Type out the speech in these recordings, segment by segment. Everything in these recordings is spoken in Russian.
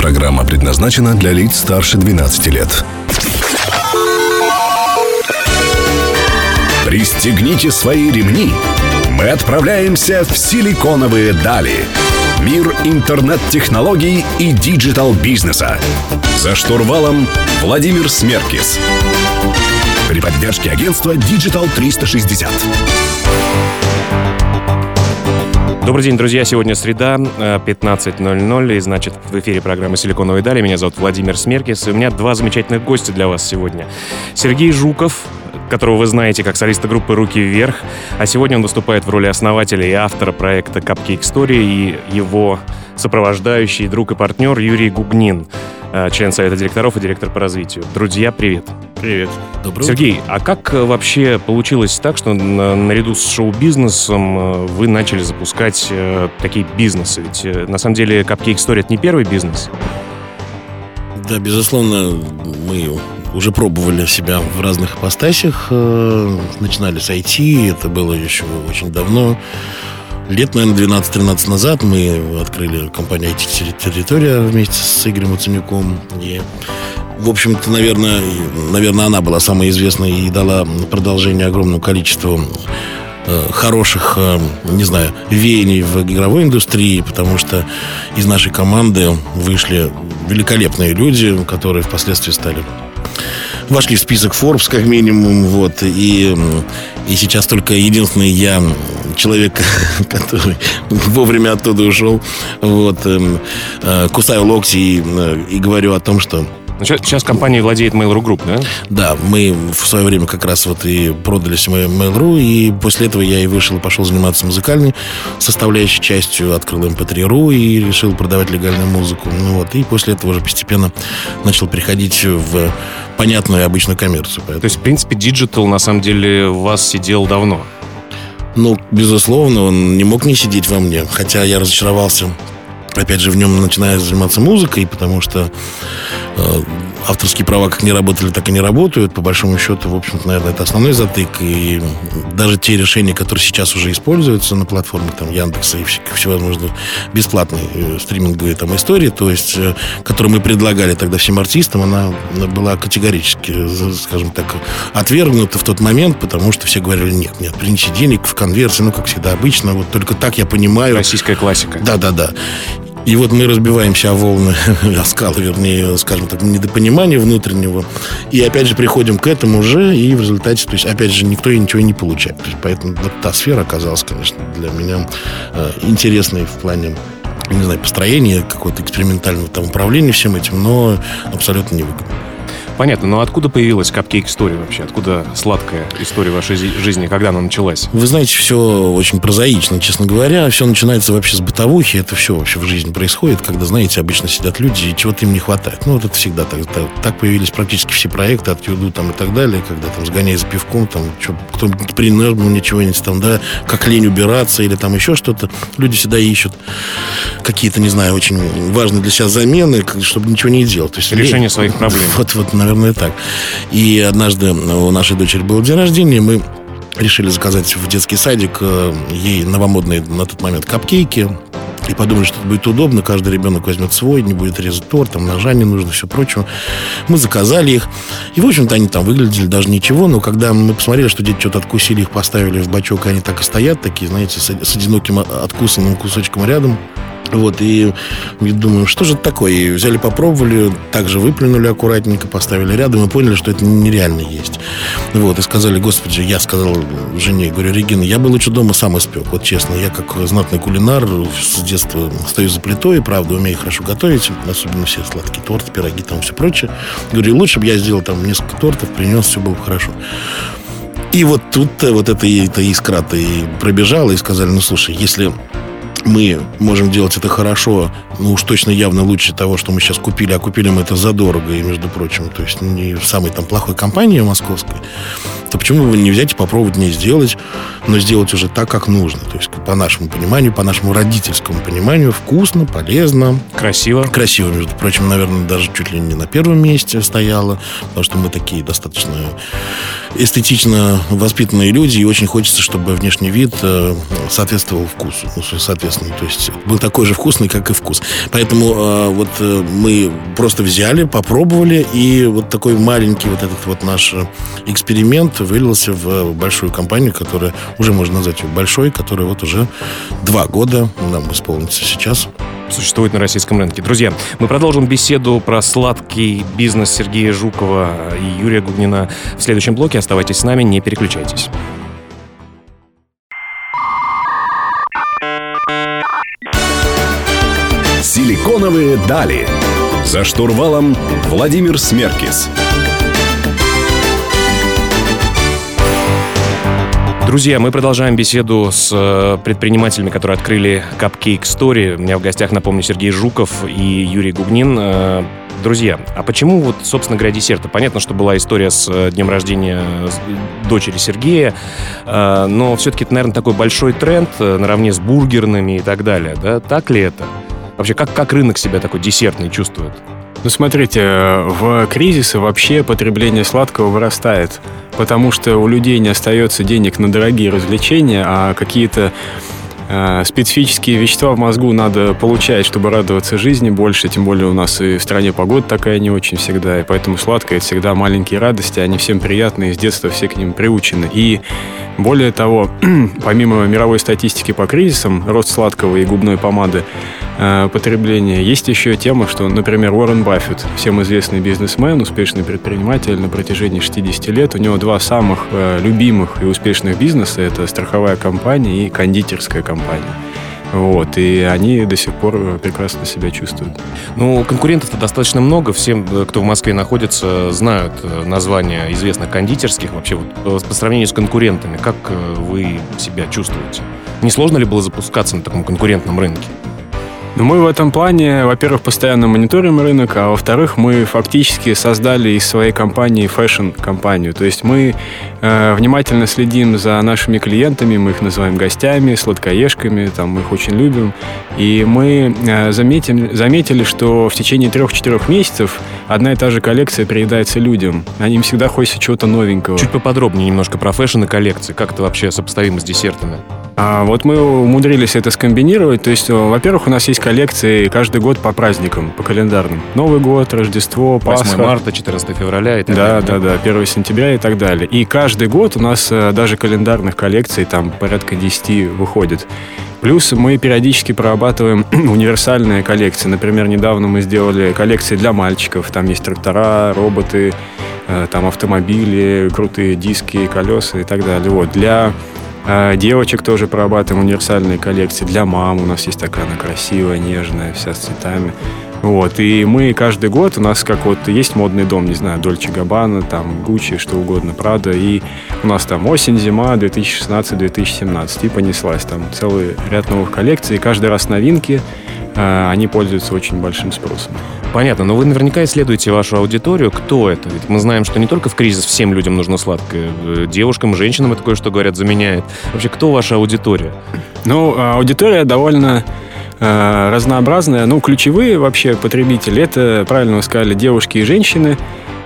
Программа предназначена для лиц старше 12 лет. Пристегните свои ремни. Мы отправляемся в силиконовые дали. Мир интернет-технологий и диджитал-бизнеса. За штурвалом Владимир Смеркис. При поддержке агентства Digital 360. Добрый день, друзья. Сегодня среда, 15:00, и, значит, в эфире программы «Силиконовые дали». Меня зовут Владимир Смеркис, и у меня два замечательных гостя для вас сегодня. Сергей Жуков, которого вы знаете как солиста группы «Руки вверх», а сегодня он выступает в роли основателя и автора проекта Cupcake Story, и его сопровождающий друг и партнер Юрий Гугнин, член совета директоров и директор по развитию. Друзья, привет. Привет. Доброе Сергей, утро. А как вообще получилось так, что наряду с шоу-бизнесом вы начали запускать такие бизнесы? Ведь на самом деле Cupcake Story — это не первый бизнес. Да, безусловно, мы уже пробовали себя в разных ипостасях. Начинали с IT, это было еще очень давно. Лет, наверное, 12-13 назад мы открыли компанию IT-территория вместе с Игорем Уценюком. И, в общем-то, наверное, она была самой известной и дала продолжение огромному количеству хороших, не знаю, веяний в игровой индустрии, потому что из нашей команды вышли великолепные люди, которые впоследствии вошли в список Forbes, как минимум, вот, и сейчас только единственный я человек, который вовремя оттуда ушел, вот, кусаю локти и говорю о том, что... Сейчас компанией владеет Mail.ru Group, да? Да, мы в свое время как раз вот и продались Mail.ru, и после этого я и вышел и пошел заниматься музыкальной составляющей частью, открыл MP3.ru и решил продавать легальную музыку. Ну вот, и после этого уже постепенно начал переходить в понятную и обычную коммерцию. Поэтому... То есть, в принципе, диджитал на самом деле у вас сидел давно? Ну, безусловно, он не мог не сидеть во мне, хотя я разочаровался, опять же, в нем начиная заниматься музыкой, потому что авторские права как не работали, так и не работают. По большому счету, в общем-то, наверное, это основной затык. И даже те решения, которые сейчас уже используются на платформах там, Яндекса и всевозможных бесплатные стриминговые там истории, то есть, которые мы предлагали тогда всем артистам, она была категорически, скажем так, отвергнута в тот момент, потому что все говорили: нет, принеси денег в конверсии, ну, как всегда, обычно. Вот только так я понимаю. Российская классика. Да. И вот мы разбиваемся о волны, о скалы, вернее, скажем так, недопонимания внутреннего. И опять же приходим к этому же, и в результате, то есть, опять же, никто и ничего не получает. То есть, поэтому вот та сфера оказалась, конечно, для меня интересной в плане, не знаю, построения какого-то экспериментального там управления всем этим, но абсолютно невыгодно. Понятно, но откуда появилась Cupcake Story вообще? Откуда сладкая история вашей жизни? Когда она началась? Вы знаете, все очень прозаично, честно говоря. Все начинается вообще с бытовухи. Это все вообще в жизни происходит, когда, знаете, обычно сидят люди, и чего-то им не хватает. Ну, вот это всегда так. Так появились практически все проекты от Юду там и так далее, когда там сгоняй за пивком, там, кто-нибудь принес мне чего-нибудь там, да, как лень убираться или там еще что-то. Люди всегда ищут какие-то, не знаю, очень важные для себя замены, чтобы ничего не делать. То есть решение своих проблем. Вот, наверное, так. И однажды у нашей дочери был день рождения, мы решили заказать в детский садик ей новомодные на тот момент капкейки. И подумали, что это будет удобно, каждый ребенок возьмет свой, не будет резать торт, там ножа не нужно, все прочее. Мы заказали их. И, в общем-то, они там выглядели даже ничего. Но когда мы посмотрели, что дети что-то откусили, их поставили в бачок, и они так и стоят, такие, знаете, с одиноким откусанным кусочком рядом. Вот, и думаю, что же это такое? И взяли, попробовали, также выплюнули аккуратненько, поставили рядом и поняли, что это нереально есть. Вот, и сказали: господи, я сказал жене, говорю: Регина, я бы лучше дома сам испек. Вот честно, я как знатный кулинар с детства стою за плитой, правда, умею хорошо готовить, особенно все сладкие торты, пироги, там все прочее. Говорю, лучше бы я сделал там несколько тортов, принес, все было хорошо. И вот тут вот эта искра-то и пробежала, и сказали: ну, слушай, если мы можем делать это хорошо, ну уж точно явно лучше того, что мы сейчас купили, а купили мы это задорого, и, между прочим, то есть не в самой там плохой компании московской, то почему бы не взять и попробовать не сделать, но сделать уже так, как нужно, то есть по нашему пониманию, по нашему родительскому пониманию, вкусно, полезно. Красиво. Красиво, между прочим, наверное, даже чуть ли не на первом месте стояло, потому что мы такие достаточно эстетично воспитанные люди, и очень хочется, чтобы внешний вид соответствовал вкусу. Ну, соответственно, прекрасным. То есть был такой же вкусный, как и вкус. Поэтому мы просто взяли, попробовали, и вот такой маленький вот этот вот наш эксперимент вылился в большую компанию, которая уже можно назвать ее большой, которая вот уже 2 года нам исполнится сейчас. Существует на российском рынке. Друзья, мы продолжим беседу про сладкий бизнес Сергея Жукова и Юрия Гугнина в следующем блоке. Оставайтесь с нами, не переключайтесь. Силиконовые дали. За штурвалом Владимир Смеркис. Друзья, мы продолжаем беседу с предпринимателями, которые открыли Cupcake Story. У меня в гостях, напомню, Сергей Жуков и Юрий Гугнин. Друзья, а почему вот, собственно говоря, десерты? Понятно, что была история с днем рождения дочери Сергея, но все-таки это, наверное, такой большой тренд наравне с бургерными и так далее. Да? Так ли это? Вообще, как рынок себя такой десертный чувствует? Ну, смотрите, в кризисы вообще потребление сладкого вырастает, потому что у людей не остается денег на дорогие развлечения, а какие-то специфические вещества в мозгу надо получать, чтобы радоваться жизни больше, тем более у нас и в стране погода такая не очень всегда, и поэтому сладкое — это всегда маленькие радости, они всем приятны, и с детства все к ним приучены. И более того, помимо мировой статистики по кризисам, рост сладкого и губной помады, потребления, есть еще тема, что, например, Уоррен Баффет, всем известный бизнесмен, успешный предприниматель на протяжении 60 лет, у него 2 самых любимых и успешных бизнеса — это страховая компания и кондитерская компания. Вот, и они до сих пор прекрасно себя чувствуют. Ну, конкурентов-то достаточно много. Все, кто в Москве находится, знают названия известных кондитерских. Вообще, вот, по сравнению с конкурентами, как вы себя чувствуете? Не сложно ли было запускаться на таком конкурентном рынке? Но мы в этом плане, во-первых, постоянно мониторим рынок, а во-вторых, мы фактически создали из своей компании фэшн-компанию. То есть мы внимательно следим за нашими клиентами, мы их называем гостями, сладкоежками, там, мы их очень любим. И мы заметили, что в течение 3-4 месяцев одна и та же коллекция приедается людям. Им всегда хочется чего-то новенького. Чуть поподробнее немножко про фэшн и коллекции. Как это вообще сопоставимо с десертами? Вот мы умудрились это скомбинировать. То есть, во-первых, у нас есть коллекции каждый год по праздникам, по календарным. Новый год, Рождество, Пасха. 8 марта, 14 февраля и так далее. Да, 1 сентября и так далее. И каждый год у нас даже календарных коллекций там порядка 10 выходит. Плюс мы периодически прорабатываем универсальные коллекции. Например, недавно мы сделали коллекции для мальчиков. Там есть трактора, роботы, там автомобили, крутые диски, колеса и так далее. Вот. Для девочек тоже прорабатываем универсальные коллекции. Для мам у нас есть такая, она красивая, нежная, вся с цветами. Вот. И мы каждый год, у нас как вот есть модный дом, не знаю, Дольче Габбана, там Гуччи, что угодно, Прада. И у нас там осень, зима, 2016-2017. И понеслась там целый ряд новых коллекций. И каждый раз новинки, они пользуются очень большим спросом. Понятно, но вы наверняка исследуете вашу аудиторию. Кто это? Ведь мы знаем, что не только в кризис всем людям нужно сладкое. Девушкам, женщинам это кое-что, говорят, заменяет. Вообще, кто ваша аудитория? Ну, аудитория довольно разнообразная. Ну, ключевые вообще потребители — это, правильно вы сказали, девушки и женщины.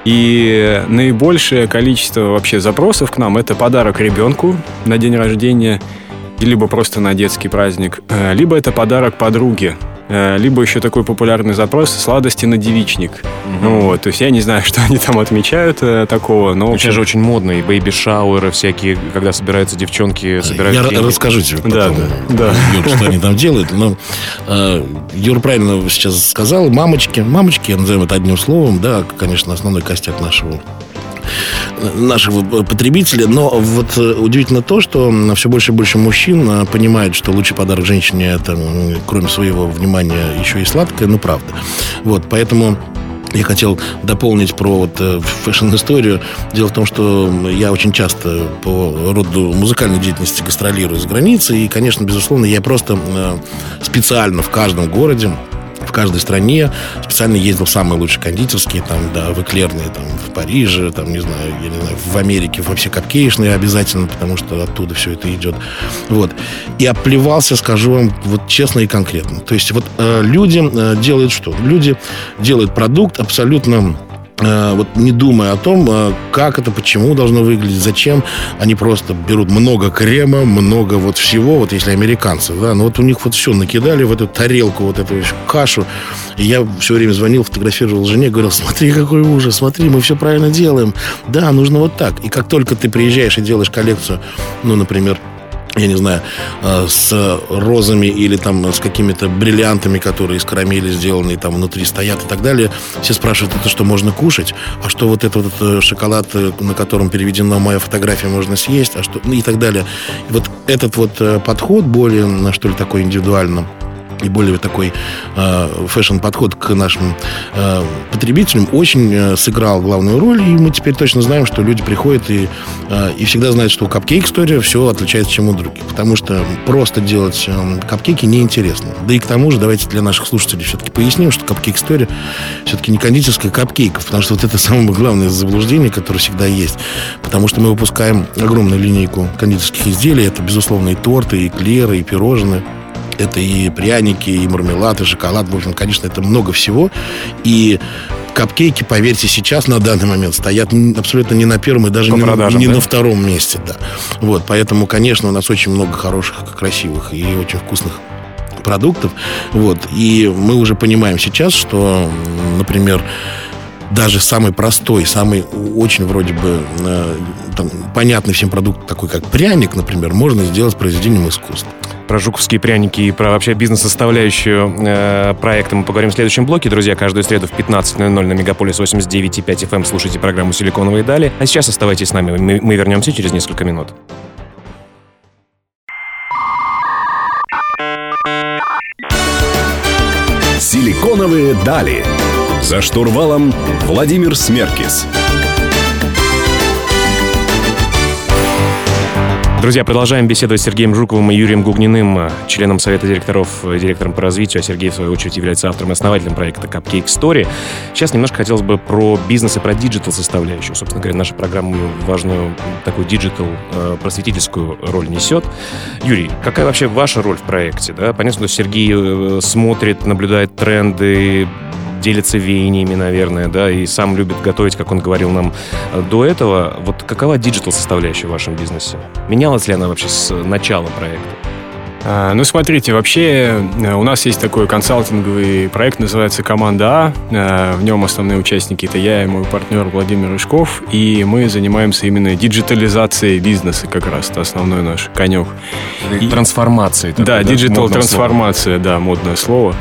И наибольшее количество вообще запросов к нам — это подарок ребенку на день рождения, либо просто на детский праздник, либо это подарок подруге, либо еще такой популярный запрос — сладости на девичник. Вот, то есть я не знаю, что они там отмечают такого, но... Сейчас же очень модно, и бэйби-шауэры всякие, когда собираются девчонки, собирают деньги. Я расскажу тебе потом, да. Юр, что они там делают. Но Юр правильно сейчас сказал. Мамочки, я назову это одним словом, да, конечно, основной костяк нашего потребителя. Но вот удивительно то, что все больше и больше мужчин понимают, что лучший подарок женщине — это, кроме своего внимания, еще и сладкое, ну, правда. Вот, поэтому я хотел дополнить про вот фэшн-историю. Дело в том, что я очень часто по роду музыкальной деятельности гастролирую за границей. И, конечно, безусловно, я просто специально в каждом городе, в каждой стране специально ездил в самые лучшие кондитерские, там, да, в эклерные, там, в Париже, там, не знаю, я не знаю, в Америке, во все капкейшные обязательно, потому что оттуда все это идет. Вот. И оплевался, скажу вам, вот честно и конкретно. То есть вот люди делают что? Люди делают продукт абсолютно вот не думая о том, как это, почему должно выглядеть, зачем. Они просто берут много крема, много вот всего, вот если американцы, да, но вот у них вот все накидали в эту тарелку, вот эту кашу. И я все время звонил, фотографировал жене, говорил: смотри, какой ужас, смотри, мы все правильно делаем. Да, нужно вот так. И как только ты приезжаешь и делаешь коллекцию, ну, например, я не знаю, с розами или там с какими-то бриллиантами, которые из карамели сделаны, и там внутри стоят и так далее. Все спрашивают: это что, можно кушать? А что вот этот вот шоколад, на котором переведена моя фотография, можно съесть? А что? Ну и так далее. И вот этот вот подход более, что ли, такой индивидуальный, и более такой фэшн-подход к нашим потребителям очень сыграл главную роль. И мы теперь точно знаем, что люди приходят и всегда знают, что у Cupcake Story все отличается, чем у других. Потому что просто делать капкейки неинтересно. Да и к тому же, давайте для наших слушателей все-таки поясним, что Cupcake Story все-таки не кондитерская капкейков. Потому что вот это самое главное заблуждение, которое всегда есть. Потому что мы выпускаем огромную линейку кондитерских изделий. Это, безусловно, и торты, и эклеры, и пирожные. Это и пряники, и мармелад, и шоколад. В общем, конечно, это много всего. И капкейки, поверьте, сейчас на данный момент стоят абсолютно не на первом и даже не на втором месте. Да. Вот, поэтому, конечно, у нас очень много хороших, красивых и очень вкусных продуктов. Вот. И мы уже понимаем сейчас, что, например, даже самый простой, самый очень вроде бы там, понятный всем продукт, такой как пряник, например, можно сделать произведением искусства. Про жуковские пряники и про вообще бизнес-составляющую проекта мы поговорим в следующем блоке. Друзья, каждую среду в 15:00 на Мегаполис 89,5 FM слушайте программу «Силиконовые дали». А сейчас оставайтесь с нами. Мы вернемся через несколько минут. «Силиконовые дали». За штурвалом Владимир Смеркис. Друзья, продолжаем беседовать с Сергеем Жуковым и Юрием Гугниным, членом Совета директоров, директором по развитию, а Сергей, в свою очередь, является автором и основателем проекта Cupcake Story. Сейчас немножко хотелось бы про бизнес и про диджитал составляющую. Собственно говоря, наша программа важную такую диджитал, просветительскую роль несет. Юрий, какая вообще ваша роль в проекте? Да? Понятно, что Сергей смотрит, наблюдает тренды, делится веяниями, наверное, да, и сам любит готовить, как он говорил нам до этого. Вот какова диджитал-составляющая в вашем бизнесе? Менялась ли она вообще с начала проекта? Ну, смотрите, вообще у нас есть такой консалтинговый проект, называется «Команда А». В нем основные участники — это я и мой партнер Владимир Рыжков, и мы занимаемся именно диджитализацией бизнеса, как раз это основной наш конек. Трансформацией. Да, диджитал-трансформация, да, модное слово.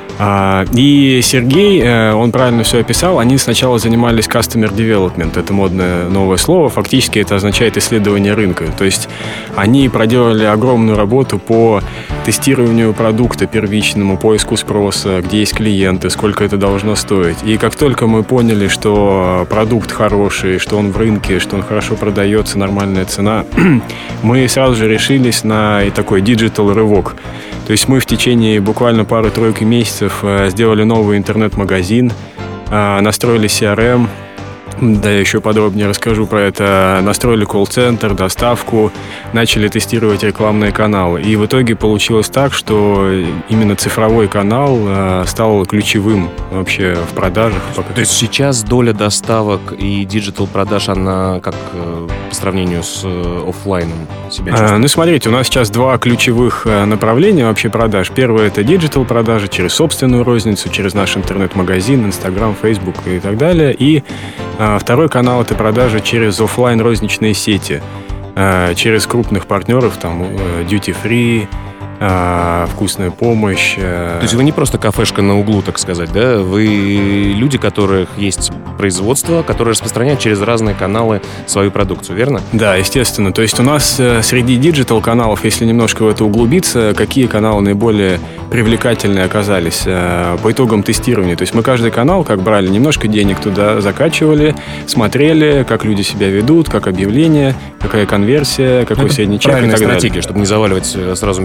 И Сергей, он правильно все описал, они сначала занимались customer development, это модное новое слово, фактически это означает исследование рынка, то есть они проделали огромную работу по тестированию продукта первичному, поиску спроса, где есть клиенты, сколько это должно стоить. И как только мы поняли, что продукт хороший, что он в рынке, что он хорошо продается, нормальная цена, мы сразу же решились на такой диджитал-рывок. То есть мы в течение буквально пары-тройки месяцев сделали новый интернет-магазин, настроили CRM, да, я еще подробнее расскажу про это. Настроили колл-центр, доставку, начали тестировать рекламные каналы. И в итоге получилось так, что именно цифровой канал стал ключевым вообще в продажах. То есть сейчас доля доставок и диджитал-продаж, она как по сравнению с офлайном себя чувствует? Ну, смотрите, у нас сейчас два ключевых направления вообще продаж. Первое — это диджитал-продажи через собственную розницу, через наш интернет-магазин, Инстаграм, Фейсбук и так далее. И второй канал — это продажи через офлайн-розничные сети, через крупных партнеров, там, Duty Free, вкусная помощь. То есть вы не просто кафешка на углу, так сказать, да? Вы люди, у которых есть производство, которые распространяют через разные каналы свою продукцию, верно? Да, естественно. То есть у нас среди диджитал-каналов, если немножко в это углубиться, какие каналы наиболее привлекательные оказались по итогам тестирования. То есть мы каждый канал как брали, немножко денег туда закачивали, смотрели, как люди себя ведут, как объявления, какая конверсия, какой средний чек и так далее. Правильная стратегия, чтобы не заваливать сразу 1 000 000 рублей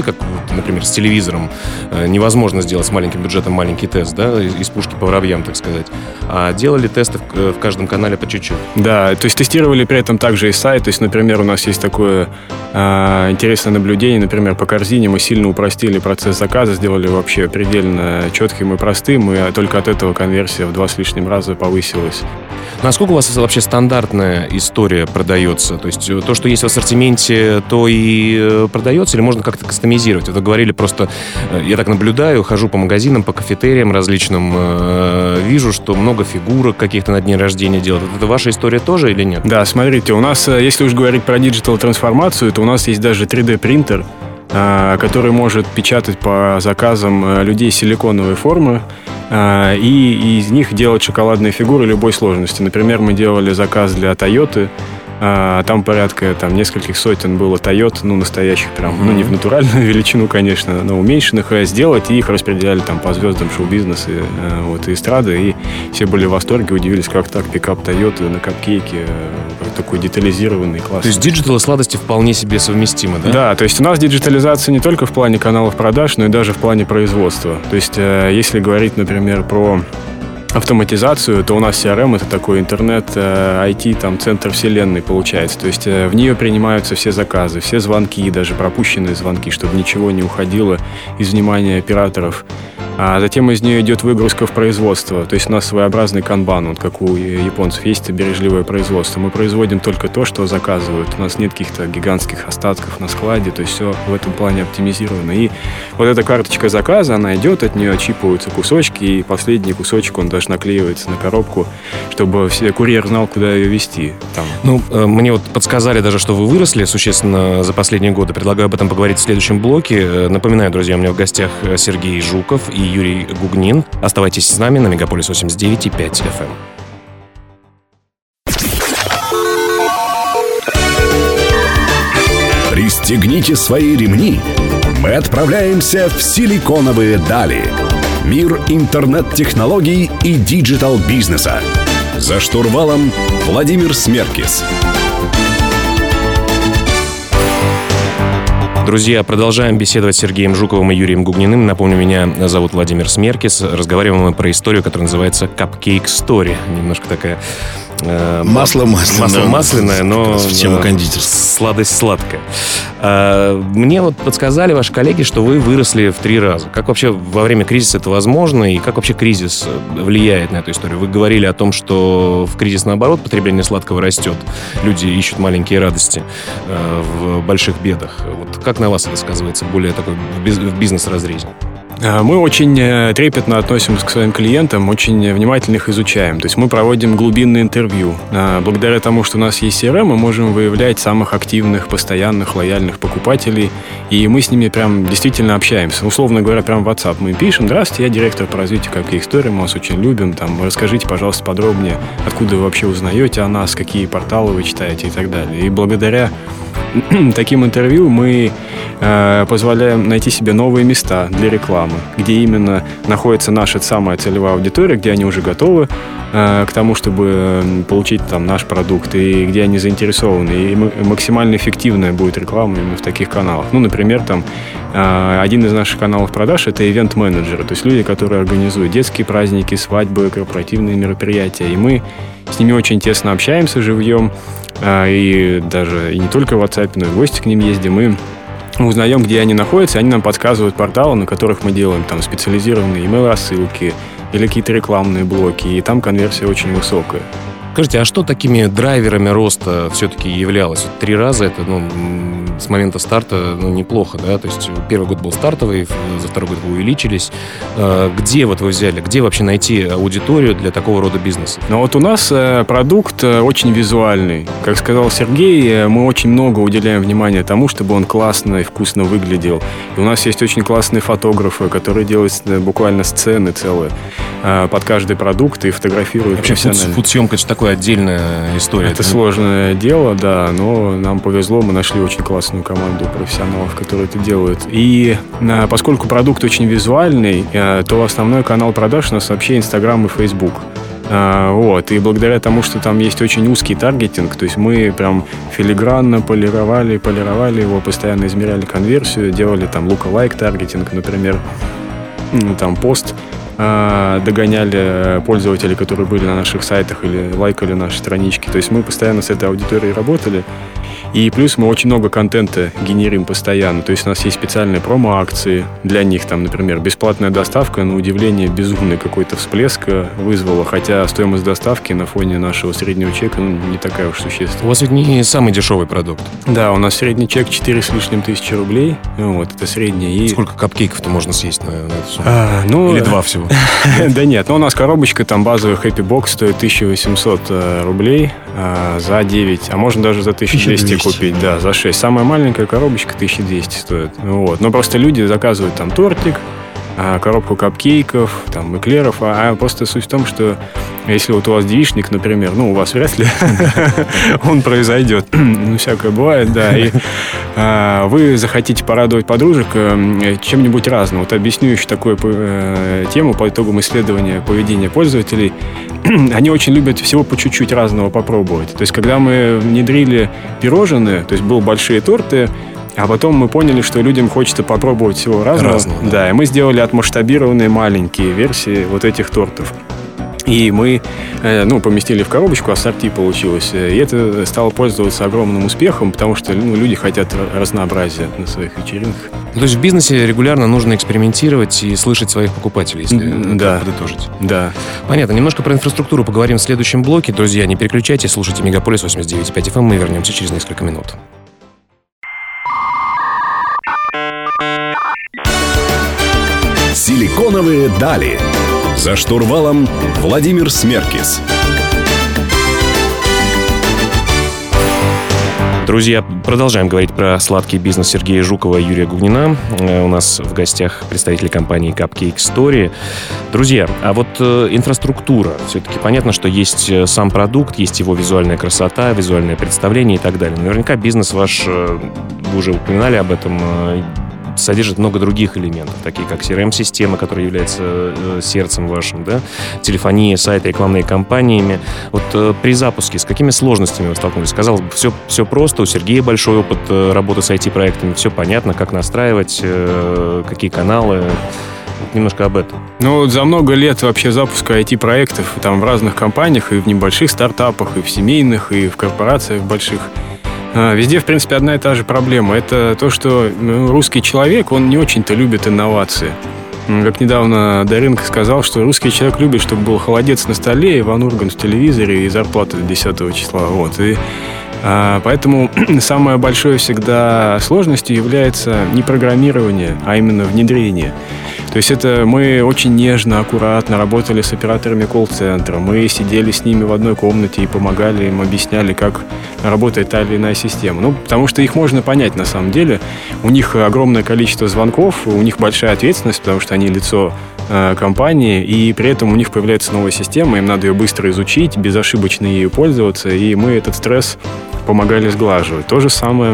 историй, как, например, с телевизором, невозможно сделать с маленьким бюджетом маленький тест, да, из пушки по воробьям, так сказать. А делали тесты в каждом канале по чуть-чуть. Да, то есть тестировали при этом также и сайт. То есть, например, у нас есть такое интересное наблюдение. Например, по корзине мы сильно упростили процесс заказа, сделали вообще предельно четким и простым, и только от этого конверсия в 2 с лишним раза повысилась. Насколько у вас вообще стандартная история продается? То есть то, что есть в ассортименте, то и продается, или можно как-то кастомизировать? Вы говорили просто, я так наблюдаю, хожу по магазинам, по кафетериям различным, вижу, что много фигурок каких-то на дне рождения делают. Это ваша история тоже или нет? Да, смотрите, у нас, если уж говорить про диджитал-трансформацию, то у нас есть даже 3D-принтер, который может печатать по заказам людей силиконовые формы и из них делать шоколадные фигуры любой сложности. Например, мы делали заказ для Toyota. Там порядка нескольких сотен было Toyota, настоящих прям, не в натуральную величину, конечно, но уменьшенных, сделать, и их распределяли по звездам шоу-бизнеса, и эстрады, и все были в восторге, удивились, как так, пикап Toyota на капкейке, такой детализированный, классный. То есть диджитал и сладости вполне себе совместимы, да? Да, то есть у нас диджитализация не только в плане каналов продаж, но и даже в плане производства. То есть если говорить, например, про автоматизацию, то у нас CRM — это такой интернет, IT, центр вселенной получается. То есть в нее принимаются все заказы, все звонки, даже пропущенные звонки, чтобы ничего не уходило из внимания операторов. А затем из нее идет выгрузка в производство. То есть у нас своеобразный канбан, как у японцев есть бережливое производство. Мы производим только то, что заказывают. У нас нет каких-то гигантских остатков на складе. То есть все в этом плане оптимизировано. И вот эта карточка заказа, она идет, от нее отщипываются кусочки, и последний кусочек, он даже наклеивается на коробку, чтобы курьер знал, куда ее везти. Мне подсказали даже, что вы выросли существенно за последние годы. Предлагаю об этом поговорить в следующем блоке. Напоминаю, друзья, у меня в гостях Сергей Жуков и Юрий Гугнин. Оставайтесь с нами на Мегаполис 89,5 FM. Пристегните свои ремни. Мы отправляемся в силиконовые дали. Мир интернет-технологий и диджитал-бизнеса. За штурвалом Владимир Смеркис. Друзья, продолжаем беседовать с Сергеем Жуковым и Юрием Гугниным. Напомню, меня зовут Владимир Смеркис. Разговариваем мы про историю, которая называется Cupcake Story. Немножко такая... Масло масляное, но в тему кондитерской. Сладость сладкая. Мне подсказали ваши коллеги, что вы выросли в 3 раза. Как вообще во время кризиса это возможно? И как вообще кризис влияет на эту историю? Вы говорили о том, что в кризис, наоборот, потребление сладкого растет. Люди ищут маленькие радости в больших бедах. Как на вас это сказывается более такой в бизнес-разрезе? Мы очень трепетно относимся к своим клиентам, очень внимательно их изучаем. То есть мы проводим глубинные интервью. Благодаря тому, что у нас есть CRM, мы можем выявлять самых активных, постоянных, лояльных покупателей. И мы с ними прям действительно общаемся. Условно говоря, прям в WhatsApp мы пишем: «Здравствуйте, я директор по развитию Cupcake Story, мы вас очень любим. Расскажите, пожалуйста, подробнее, откуда вы вообще узнаете о нас, какие порталы вы читаете» и так далее. И благодаря таким интервью мы позволяем найти себе новые места для рекламы, где именно находится наша самая целевая аудитория, где они уже готовы к тому, чтобы получить наш продукт, и где они заинтересованы. И максимально эффективная будет реклама именно в таких каналах. Например, один из наших каналов продаж — это ивент-менеджеры, то есть люди, которые организуют детские праздники, свадьбы, корпоративные мероприятия. И мы с ними очень тесно общаемся живьем, и даже и не только в WhatsApp, но и в гости к ним ездим. Мы узнаем, где они находятся, и они нам подсказывают порталы, на которых мы делаем специализированные email-рассылки или какие-то рекламные блоки, и там конверсия очень высокая. Скажите, а что такими драйверами роста все-таки являлось? 3 раза это, с момента старта, неплохо, да? То есть первый год был стартовый, за второй год вы увеличились. Где вы взяли? Где вообще найти аудиторию для такого рода бизнеса? У нас продукт очень визуальный. Как сказал Сергей, мы очень много уделяем внимания тому, чтобы он классно и вкусно выглядел. И у нас есть очень классные фотографы, которые делают буквально сцены целые под каждый продукт и фотографируют профессионально. Вообще фуд-съемка — это такая отдельная история. Это сложное дело, да, но нам повезло, мы нашли очень классную команду профессионалов, которые это делают. И поскольку продукт очень визуальный, то основной канал продаж у нас вообще Instagram и Facebook. Вот. И благодаря тому, что там есть очень узкий таргетинг, то есть мы прям филигранно полировали его, постоянно измеряли конверсию, делали там lookalike таргетинг, например, там пост, догоняли пользователей, которые были на наших сайтах или лайкали наши странички. То есть мы постоянно с этой аудиторией работали. И плюс мы очень много контента генерим постоянно. То есть у нас есть специальные промо-акции для них. Там, например, бесплатная доставка, на удивление, безумный какой-то всплеск вызвала. Хотя стоимость доставки на фоне нашего среднего чека не такая уж существенная. У вас ведь не самый дешевый продукт. Да, у нас средний чек 4 с лишним тысячи рублей. Вот, это средний. И... Сколько капкейков-то можно съесть на эту сумму? Или 2 всего? Да нет, у нас коробочка там базовый Happy Box стоит 1800 рублей за 9, а можно даже за 1200 купить, да, за 6. Самая маленькая коробочка 1200 стоит. Вот. Но просто люди заказывают там тортик, коробку капкейков, там, эклеров, а просто суть в том, что если вот у вас девичник, например, у вас вряд ли он произойдет, всякое бывает, да, и вы захотите порадовать подружек чем-нибудь разным. Вот объясню еще такую тему по итогам исследования поведения пользователей. Они очень любят всего по чуть-чуть разного попробовать. То есть, когда мы внедрили пирожные, то есть, были большие торты, а потом мы поняли, что людям хочется попробовать всего разного. Да, и мы сделали отмасштабированные маленькие версии вот этих тортов. И мы поместили в коробочку, ассорти получилось. И это стало пользоваться огромным успехом, потому что люди хотят разнообразия на своих вечеринках. То есть в бизнесе регулярно нужно экспериментировать и слышать своих покупателей, если подытожить. Да. Понятно. Немножко про инфраструктуру поговорим в следующем блоке. Друзья, не переключайтесь, слушайте Мегаполис 89.5 FM. Мы вернемся через несколько минут. Силиконовые дали. За штурвалом Владимир Смеркис. Друзья, продолжаем говорить про сладкий бизнес Сергея Жукова и Юрия Гугнина. У нас в гостях представители компании Cupcake Story. Друзья, а вот инфраструктура. Все-таки понятно, что есть сам продукт, есть его визуальная красота, визуальное представление и так далее. Наверняка бизнес ваш, вы уже упоминали об этом, содержит много других элементов, такие как CRM-система, которая является сердцем вашим, да, телефония, сайты, рекламные кампаниями. Вот при запуске с какими сложностями вы столкнулись? Казалось бы, все просто, у Сергея большой опыт работы с IT-проектами, все понятно, как настраивать, какие каналы. Немножко об этом. За много лет вообще запуска IT-проектов там в разных компаниях, и в небольших стартапах, и в семейных, и в корпорациях больших, везде, в принципе, одна и та же проблема. Это то, что русский человек, он не очень-то любит инновации. Как недавно Даренко сказал, что русский человек любит, чтобы был холодец на столе, Иван Ургант в телевизоре и зарплата 10 числа. Вот. И поэтому самое большое всегда сложностью является не программирование, а именно внедрение. То есть это мы очень нежно, аккуратно работали с операторами колл-центра. Мы сидели с ними в одной комнате и помогали им, объясняли, как работает та или иная система. Потому что их можно понять на самом деле. У них огромное количество звонков, у них большая ответственность, потому что они лицо компании, и при этом у них появляется новая система, им надо ее быстро изучить, безошибочно ею пользоваться, и мы этот стресс помогали сглаживать. То же самое.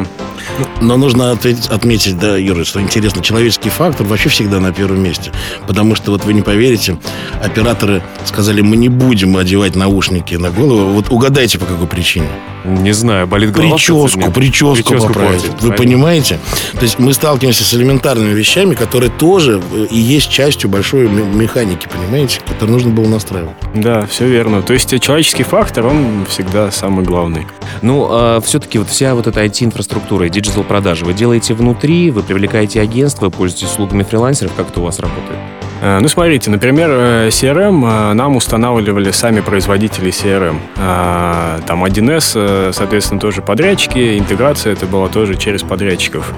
Но нужно отметить, да, Юра, что интересно, человеческий фактор вообще всегда на первом месте. Потому что, вот вы не поверите, операторы сказали, мы не будем одевать наушники на голову. Вот угадайте, по какой причине. Не знаю, болит голова. Прическу поправить. Вы понимаете? То есть мы сталкиваемся с элементарными вещами, которые тоже и есть частью большой механики, понимаете, которую нужно было настраивать. Да, все верно. То есть человеческий фактор, он всегда самый главный. Все-таки вот вся вот эта IT-инфраструктура и диджитал-продажи вы делаете внутри, вы привлекаете агентство, пользуетесь услугами фрилансеров, как это у вас работает? Смотрите, например, CRM нам устанавливали сами производители CRM. Там 1С, соответственно, тоже подрядчики, интеграция это была тоже через подрядчиков.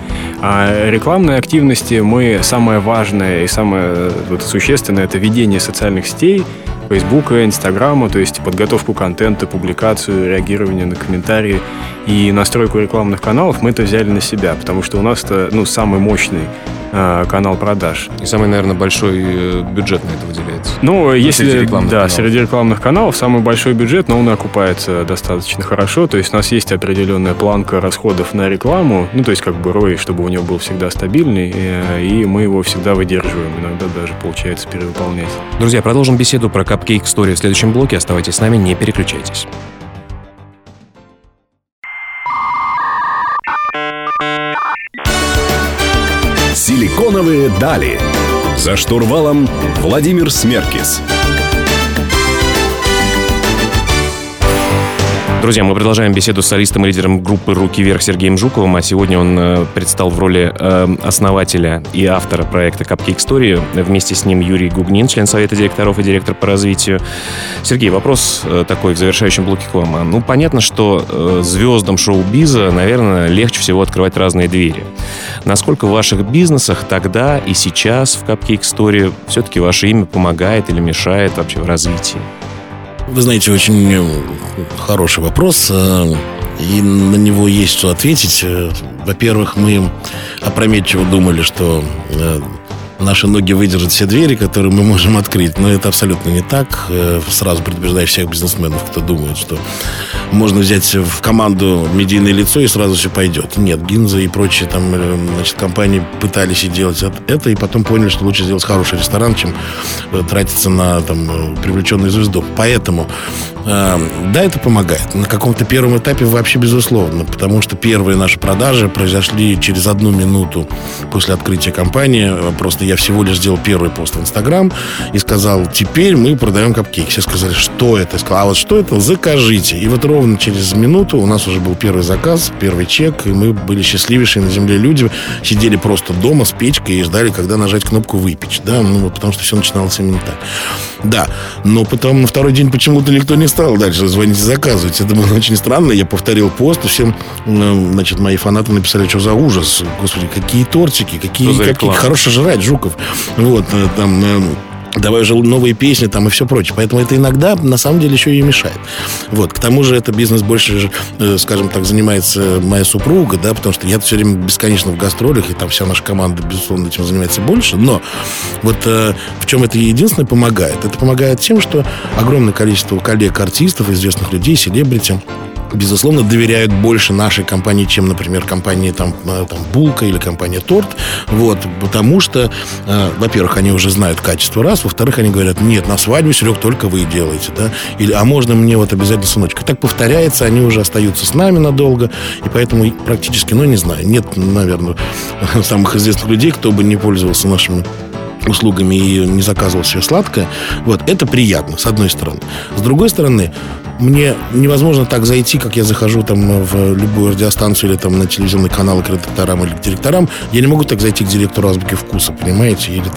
А рекламные активности самое важное и самое существенное — это ведение социальных сетей, Фейсбука, Инстаграма, то есть подготовку контента, публикацию, реагирование на комментарии и настройку рекламных каналов мы это взяли на себя, потому что у нас это самый мощный канал продаж. И самый, наверное, большой бюджет на это выделяется. Ну, если, среди рекламных каналов. Среди рекламных каналов самый большой бюджет, но он окупается достаточно хорошо. То есть у нас есть определенная планка расходов на рекламу, ну, то есть как бы ROI, чтобы у него был всегда стабильный, и мы его всегда выдерживаем. Иногда даже получается перевыполнять. Друзья, продолжим беседу про Cupcake Story в следующем блоке. Оставайтесь с нами, не переключайтесь. Силиконовые дали. За штурвалом Владимир Смеркис. Друзья, мы продолжаем беседу с солистом и лидером группы «Руки вверх» Сергеем Жуковым, а сегодня он предстал в роли основателя и автора проекта Cupcake Story. Вместе с ним Юрий Гугнин, член Совета директоров и директор по развитию. Сергей, вопрос такой в завершающем блоке к вам. Ну, понятно, что звездам шоу-биза, наверное, легче всего открывать разные двери. Насколько в ваших бизнесах тогда и сейчас в Cupcake Story все-таки ваше имя помогает или мешает вообще в развитии? Вы знаете, очень хороший вопрос, и на него есть что ответить. Во-первых, мы опрометчиво думали, что наши ноги выдержат все двери, которые мы можем открыть. Но это абсолютно не так. Сразу предупреждаю всех бизнесменов, кто думает, что можно взять в команду медийное лицо и сразу все пойдет. Нет, Гинза и прочие там, компании пытались и делать это, и потом поняли, что лучше сделать хороший ресторан, чем тратиться на привлеченную звезду. Поэтому, да, это помогает. На каком-то первом этапе вообще безусловно, потому что первые наши продажи произошли через 1 минуту после открытия компании. Просто я всего лишь сделал первый пост в Инстаграм и сказал: теперь мы продаем капкейки. Все сказали: что это? Я сказал: а вот что это? Закажите. И вот ровно через минуту у нас уже был первый заказ, первый чек, и мы были счастливейшие на земле люди, сидели просто дома с печкой и ждали, когда нажать кнопку «выпечь», да, потому что все начиналось именно так. Да, но потом на второй день почему-то никто не стал дальше звонить и заказывать. Это было очень странно. Я повторил пост, и всем, мои фанаты написали: что за ужас, господи, какие тортики, какие хорошо жрать, Жуков. Вот, давай уже новые песни там и все прочее. Поэтому это иногда, на самом деле, еще и мешает. Вот. К тому же, это бизнес больше, скажем так, занимается моя супруга, да, потому что я все время бесконечно в гастролях, и там вся наша команда, безусловно, этим занимается больше. Но вот в чем это единственное помогает? Это помогает тем, что огромное количество коллег, артистов, известных людей, селебрити, безусловно, доверяют больше нашей компании, чем, например, компании «Булка» или компания «Торт». Вот, потому что, во-первых, они уже знают качество, раз. Во-вторых, они говорят: нет, на свадьбу, Серег, только вы делаете, да? Или: а можно мне вот обязательно сыночка? И так повторяется, они уже остаются с нами надолго. И поэтому практически, не знаю, нет, наверное, самых известных людей, кто бы не пользовался нашими услугами и не заказывал себе сладкое. Вот, это приятно, с одной стороны. С другой стороны, мне невозможно так зайти, как я захожу в любую радиостанцию или на телевизионный канал к редакторам или к директорам. Я не могу так зайти к директору «Азбуки вкуса», понимаете? Или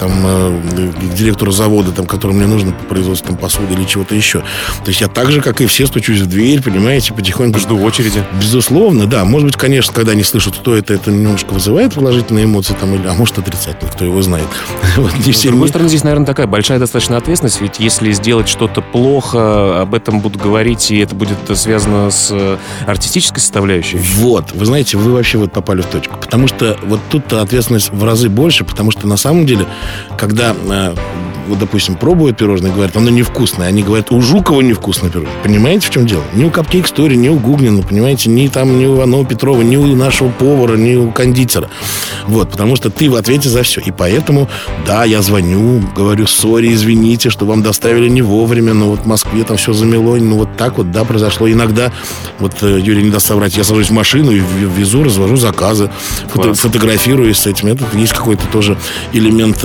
к директору завода, который мне нужно по производству посуды или чего-то еще. То есть я так же, как и все, стучусь в дверь, понимаете, потихоньку. Жду в очереди. Безусловно, да. Может быть, конечно, когда они слышат, кто это немножко вызывает положительные эмоции, а может, отрицательные, кто его знает. С другой стороны, здесь, наверное, такая большая достаточно ответственность, ведь если сделать что-то плохо, об этом будут говорить, и это будет связано с артистической составляющей. Вот, вы знаете, вы вообще попали в точку. Потому что вот тут ответственность в разы больше, потому что на самом деле, когда допустим, пробуют пирожное, говорят: оно невкусное. Они говорят: у Жукова невкусное пирожное. Понимаете, в чем дело? Ни у Cupcake Story, ни у Гугнина, понимаете, ни у Иванова Петрова, ни у нашего повара, ни у кондитера. Вот, потому что ты в ответе за все. И поэтому, да, я звоню, говорю: сори, извините, что вам доставили не вовремя, но в Москве там все замело, так да, произошло. Иногда, Юрий не даст соврать, я сажусь в машину и везу, развожу заказы, фотографируюсь с этим. Это есть какой-то тоже элемент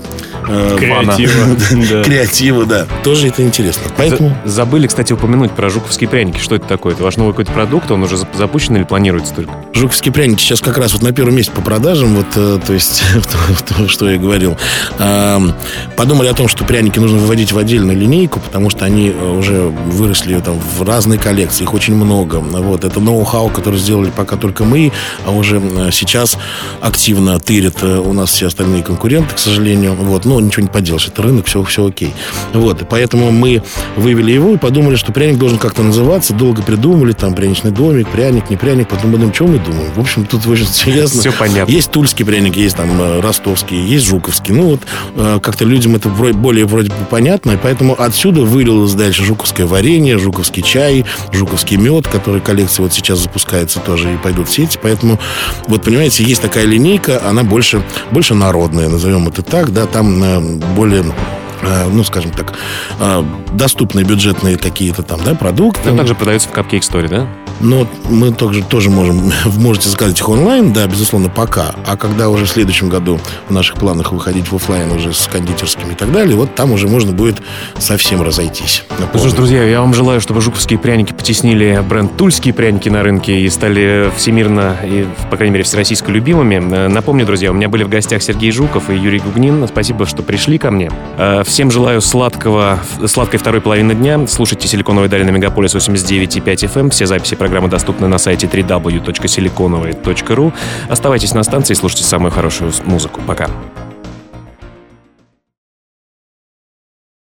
креатива, да. Тоже это интересно. Поэтому... Забыли, кстати, упомянуть про жуковские пряники. Что это такое? Это ваш новый какой-то продукт? Он уже запущен или планируется только? Жуковские пряники сейчас как раз на первом месте по продажам. То есть, что я говорил. Подумали о том, что пряники нужно выводить в отдельную линейку, потому что они уже выросли в разные коллекции. Их очень много. Это ноу-хау, который сделали пока только мы, а уже сейчас активно тырят у нас все остальные конкуренты, к сожалению. но ничего не поделаешь, это рынок, все окей. Вот, и поэтому мы вывели его и подумали, что пряник должен как-то называться, долго придумали, там, пряничный домик, пряник, не пряник, потом подумали, что мы думаем? В общем, тут очень все ясно. Все понятно. Есть тульский пряник, есть там ростовский, есть жуковский. Ну, вот, как-то людям это более вроде бы понятно, и поэтому отсюда вылилось дальше жуковское варенье, жуковский чай, жуковский мед, который коллекция вот сейчас запускается тоже и пойдут в сети. Поэтому, вот, понимаете, есть такая линейка, она больше народная, назовем это так, да, там более... ну, скажем так, доступные бюджетные какие-то там, да, продукты. Это также продается в Cupcake Store, да? Но мы тоже можете заказать их онлайн, да, безусловно, пока. А когда уже в следующем году в наших планах выходить в офлайн уже с кондитерскими и так далее, вот там уже можно будет совсем разойтись. Ну что ж, друзья, я вам желаю, чтобы жуковские пряники потеснили бренд тульские пряники на рынке и стали всемирно и, по крайней мере, всероссийско любимыми. Напомню, друзья, у меня были в гостях Сергей Жуков и Юрий Гугнин. Спасибо, что пришли ко мне. Всем желаю сладкой второй половины дня. Слушайте «Силиконовые дали» на Мегаполис 89,5 FM. Все записи программы доступны на сайте www.siliconovые.ru. Оставайтесь на станции и слушайте самую хорошую музыку. Пока.